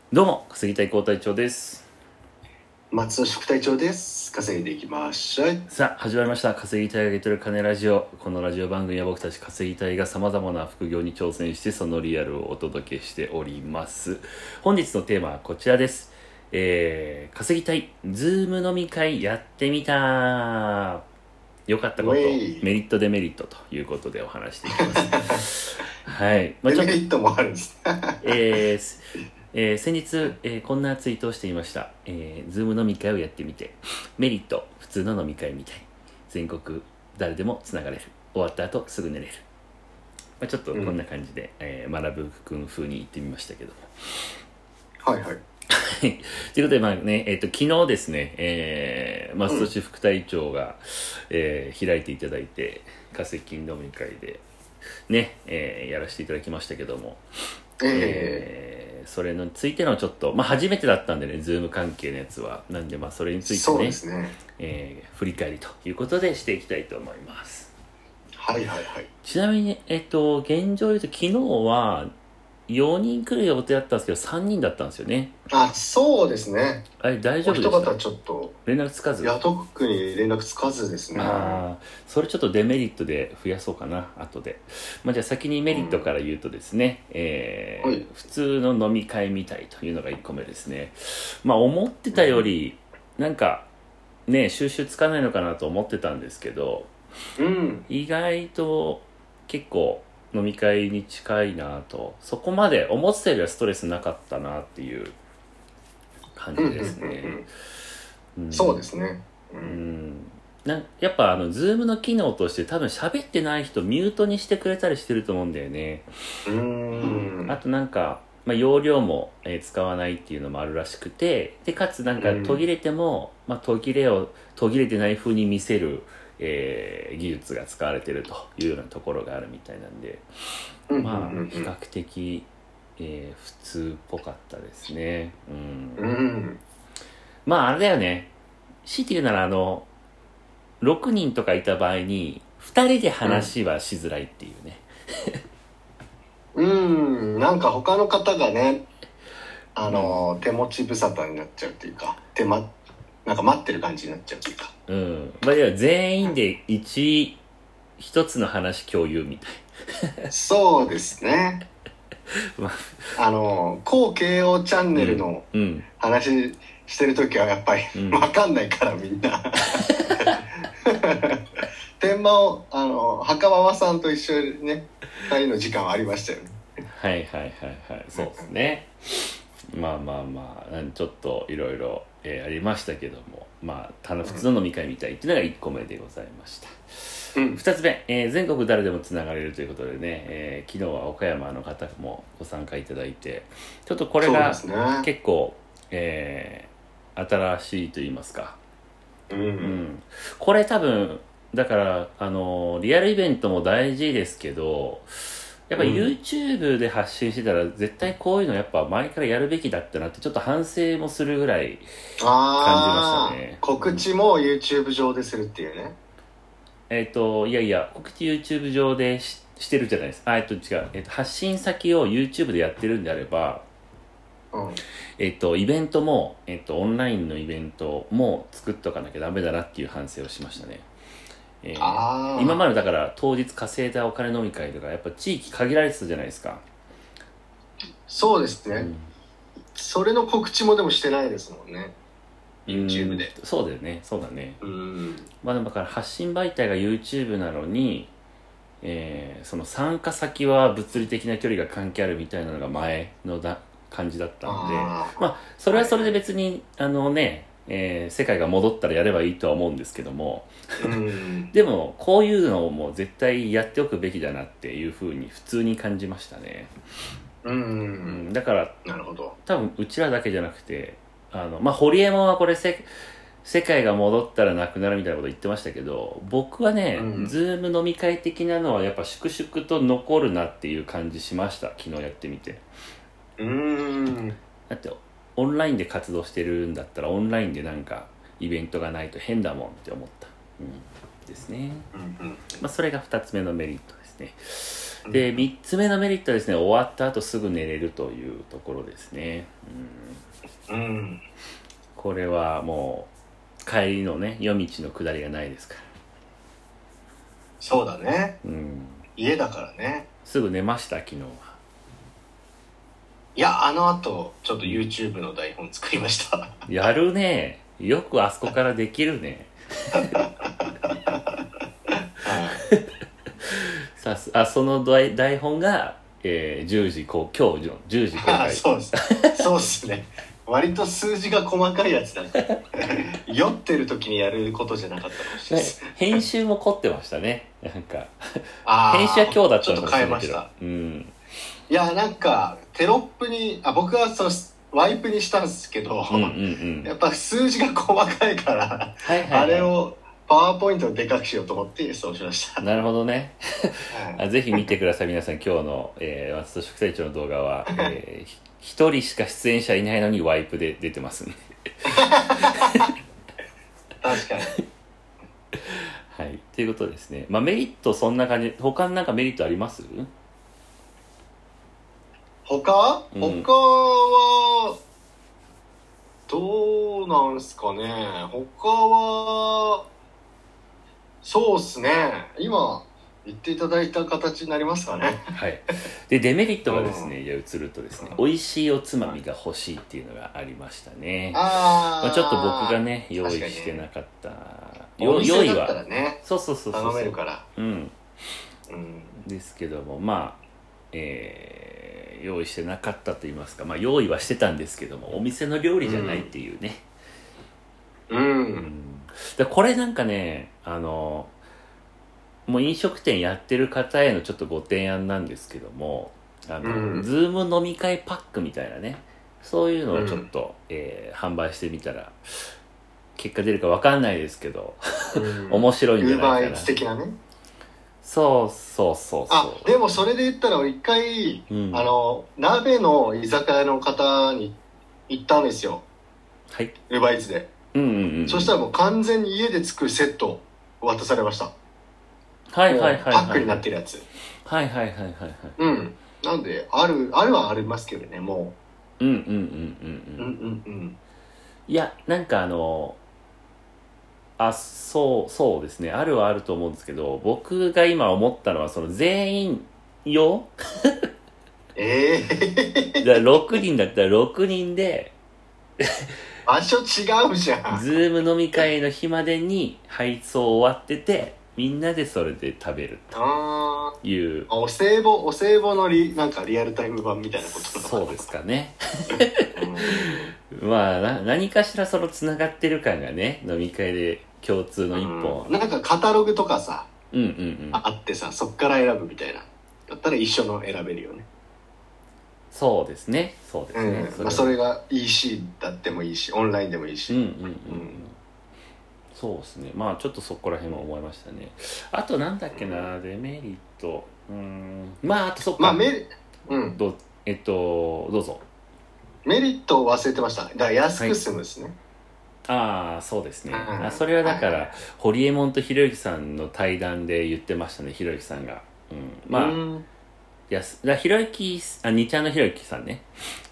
どうも稼ぎたい高隊長です。 松尾副隊長です。稼いでいきましょう。 さあ始まりました稼ぎたいがゲットる金ラジオ。このラジオ番組は僕たち稼ぎたいがさまざまな副業に挑戦してそのリアルをお届けしております。本日のテーマはこちらです。稼ぎたいズーム飲み会やってみた。良かったこと、メリットデメリットということでお話していきます。はい。 デメリットもあるんです。 先日、こんなツイートをしていました。ズーム飲み会をやってみて、メリット、普通の飲み会みたい。全国誰でもつながれる。終わった後すぐ寝れる。ちょっとこんな感じで、学ぶくん風に言ってみましたけども。 はいはい。 ということで、昨日ですね、松戸副隊長が、開いていただいて、化石飲み会で、ね、やらせていただきましたけども、それについてのちょっと、初めてだったんでね、ズーム関係のやつは。なんで、それについてね、 そうですね、 振り返りということでしていきたいと思います。 はいはいはい。 ちなみに、現状言うと、昨日は4人来る予定だったんですけど、3人だったんですよね。 あ、そうですね。 あれ、大丈夫でした？ お一方ちょっと連絡つかず。 いや、特に連絡つかずですね。 それちょっとデメリットで増やそうかな、後で。じゃあ先にメリットから言うとですね、普通の飲み会みたいというのが1個目ですね。思ってたより、なんか、ね、収集つかないのかなと思ってたんですけど、意外と結構飲み会に近いなと、そこまで思ってたよりはストレスなかったなっていう感じですね。 そうですね。 やっぱズームの機能として多分喋ってない人ミュートにしてくれたりしてると思うんだよね。あとなんか、容量も、使わないっていうのもあるらしくて、でかつなんか途切れても、途切れてない風に見せる、技術が使われてるというようなところがあるみたいなんで、比較的、普通っぽかったですね。あれだよね。強いて言うなら6人とかいた場合に2人で話はしづらいっていうね。 なんか他の方がね、手持ち無沙汰になっちゃうというか、なんか待ってる感じになっちゃうというか。 いや全員で一つの話共有みたい。 そうですね。高慶応チャンネルの話してるときはやっぱり分かんないからみんな。天満を墓場さんと一緒にね、2人の時間はありましたよね。 はいそうですね。ちょっといろいろありましたけども、普通の飲み会みたいっていうのが1個目でございました。2つ目、全国誰でもつながれるということでね、昨日は岡山の方もご参加いただいて、ちょっとこれが結構、新しいと言いますか、これ多分だからリアルイベントも大事ですけど、やっぱ YouTube で発信してたら絶対こういうのやっぱ前からやるべきだったなってちょっと反省もするぐらい感じましたね。 告知も YouTube 上でするっていうね。 いや告知 YouTube 上でしてるじゃないですか。違う、発信先を YouTube でやってるんであれば、イベントも、オンラインのイベントも作っとかなきゃダメだなっていう反省をしましたね。今までだから当日稼いだお金飲み会とかやっぱ地域限られてたじゃないですか。 そうですね、それの告知もでもしてないですもんね、YouTube で。 そうだよね、そうだね。だから発信媒体が YouTube なのに、その参加先は物理的な距離が関係あるみたいなのが前の感じだったんで、それはそれで別に世界が戻ったらやればいいとは思うんですけどもでもこういうのをもう絶対やっておくべきだなっていうふうに普通に感じましたね。だからなるほど、 多分うちらだけじゃなくてホリエモンはこれ世界が戻ったらなくなるみたいなこと言ってましたけど、僕はね、ズーム飲み会的なのはやっぱ粛々と残るなっていう感じしました。昨日やってみて。だってオンラインで活動してるんだったらオンラインでなんかイベントがないと変だもんって思った、ですね。それが2つ目のメリットですね。 で3つ目のメリットはですね、終わった後すぐ寝れるというところですね。これはもう帰りのね夜道の下りがないですから。 そうだね、家だからね。 すぐ寝ました昨日は。 いや、あの後ちょっと YouTube の台本作りましたやるね、よくあそこからできるねその台本が、10時今日の10時公開そうですね割と数字が細かいやつだね酔ってる時にやることじゃなかったかもしれないです、ね、 編集も凝ってましたね。なんか編集は今日だったのかもしれないけど、ちょっと変えました。 いや、なんかテロップに僕はそのワイプにしたんですけど、やっぱ数字が細かいから、あれをパワーポイントをでかくしようと思ってそうしました。 なるほどね、ぜひ見てください皆さん。今日の、松戸宿隊長の動画は、一人しか出演者いないのにワイプで出てますね確かにはい、ということですね。メリットそんな感じ。他になんかメリットあります？ 他はどうなんすかね。他はそうっすね、今言っていただいた形になりますかね。 はい。でデメリットがですね、移るとですね、美味しいおつまみが欲しいっていうのがありましたね。ちょっと僕がね用意してなかった。 用意だったらね、 そう頼めるから。 ですけども、用意してなかったと言いますか、用意はしてたんですけども、お店の料理じゃないっていうね。でこれなんかね、もう飲食店やってる方へのちょっとご提案なんですけども、ズーム飲み会パックみたいなね、そういうのをちょっと、販売してみたら結果出るか分かんないですけど面白いんじゃないかな。 Uber Eats的なね。 そうでもそれで言ったら一回、鍋の居酒屋の方に行ったんですよ。 はい。 Uber Eatsで。そしたらもう完全に家で作るセットを渡されました。パックになってるやつ。なんであるはありますけどね、もう。 いや、なんかそうですね、あるはあると思うんですけど、僕が今思ったのはその全員用だから6人だったら6人で場所違うじゃん。 ズーム飲み会の日までに配送終わってて、みんなでそれで食べるという。 お歳暮のなんかリアルタイム版みたいなことなのかな。 そうですかね何かしらそのつながってる感がね、飲み会で共通の一本、 なんかカタログとかさ、あってさ、そっから選ぶみたいなだったら一緒の選べるよね。 そうですね。 それが EC だってもいいし、オンラインでもいいし。 そうですね。ちょっとそこら辺は思いましたね。あとなんだっけな、デメリット。あとそっか。どうぞ。 メリットを忘れてました。だから安く済むですね。 そうですね。それはだから、ホリエモンとひろゆきさんの対談で言ってましたね、ひろゆきさんが。ひろゆき、2ちゃんのひろゆきさんね。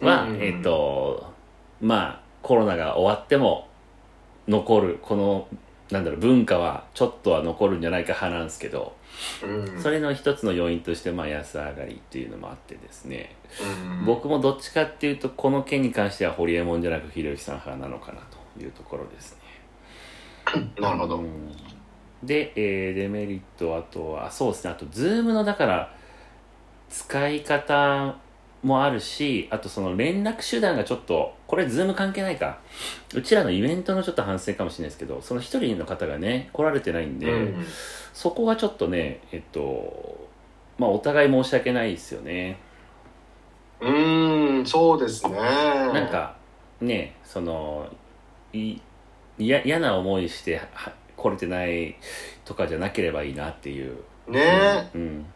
コロナが終わっても残る、この、文化はちょっとは残るんじゃないか派なんですけど、それの一つの要因として、安上がりっていうのもあってですね、僕もどっちかっていうと、この件に関してはホリエモンじゃなくひろゆきさん派なのかなというところですね。 なるほど。 で、デメリット、あとは、そうですね、あと、ズームの、だから、使い方もあるし、あとその連絡手段がちょっと、これズーム関係ないか、うちらのイベントのちょっと反省かもしれないですけど、その一人の方がね来られてないんで、そこがちょっとね、お互い申し訳ないですよね。 そうですね。 なんかね、その嫌な思いして来れてないとかじゃなければいいなっていうね。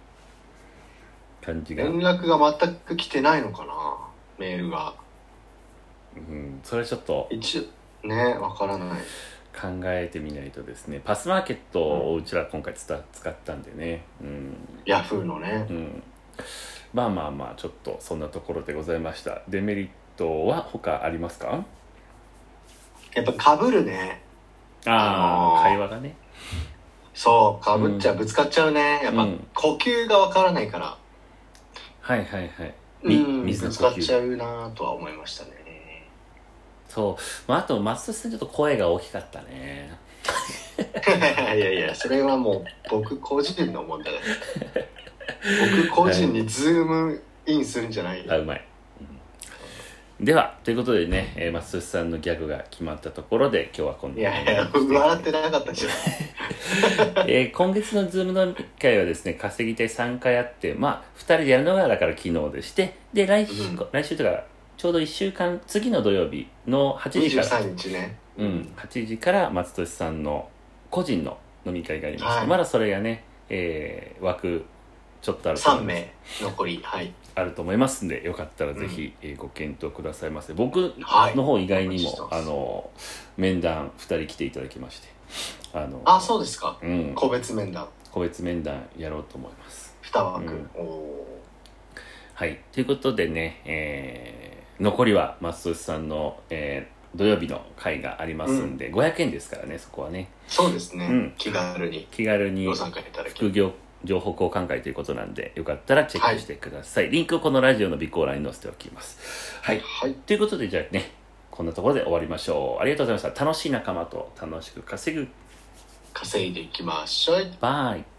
感じが。 連絡が全く来てないのかな、メールが。 それちょっとわからない。 考えてみないとですね。パスマーケットをうちら今回使ったんでね。 ヤフーのね。 まあまあまあちょっとそんなところでございました。デメリットは他ありますか？ やっぱ被るね。 会話がね。 そう被っちゃう、ぶつかっちゃうね。やっぱ呼吸がわからないから。 はいはいはい。 ぶつかっちゃうなとは思いましたね。 そう、あと松戸さんちょっと声が大きかったね。 いやいや、それはもう僕個人の問題だ。僕個人にズームインするんじゃない。 うまい。ではということでね、松戸さんのギャグが決まったところで今日はこんな。 いやいや、笑ってなかったじゃん。今月のズームの会はですね、稼ぎたい3回あって、2人でやるのがだから昨日でして、で来週とかちょうど1週間次の土曜日の8時から 23日ね、 8時から松戸さんの個人の飲み会がありまして、まだそれがね、枠ちょっとあると 3名残り、 あると思いますんで、よかったらぜひ、ご検討くださいませ。僕の方以外にも、面談2人来ていただきまして、 そうですか、個別面談やろうと思います。 2枠、 はい、ということでね、残りは松戸さんの、土曜日の会がありますんで、500円ですからね、そこはね。 そうですね、気軽にご参加いただける。 副業情報交換会ということなんで、よかったらチェックしてください。リンクをこのラジオの備考欄に載せておきます。はい。ということで、じゃあね、こんなところで終わりましょう。ありがとうございました。楽しい仲間と楽しく稼いでいきましょう。バイ。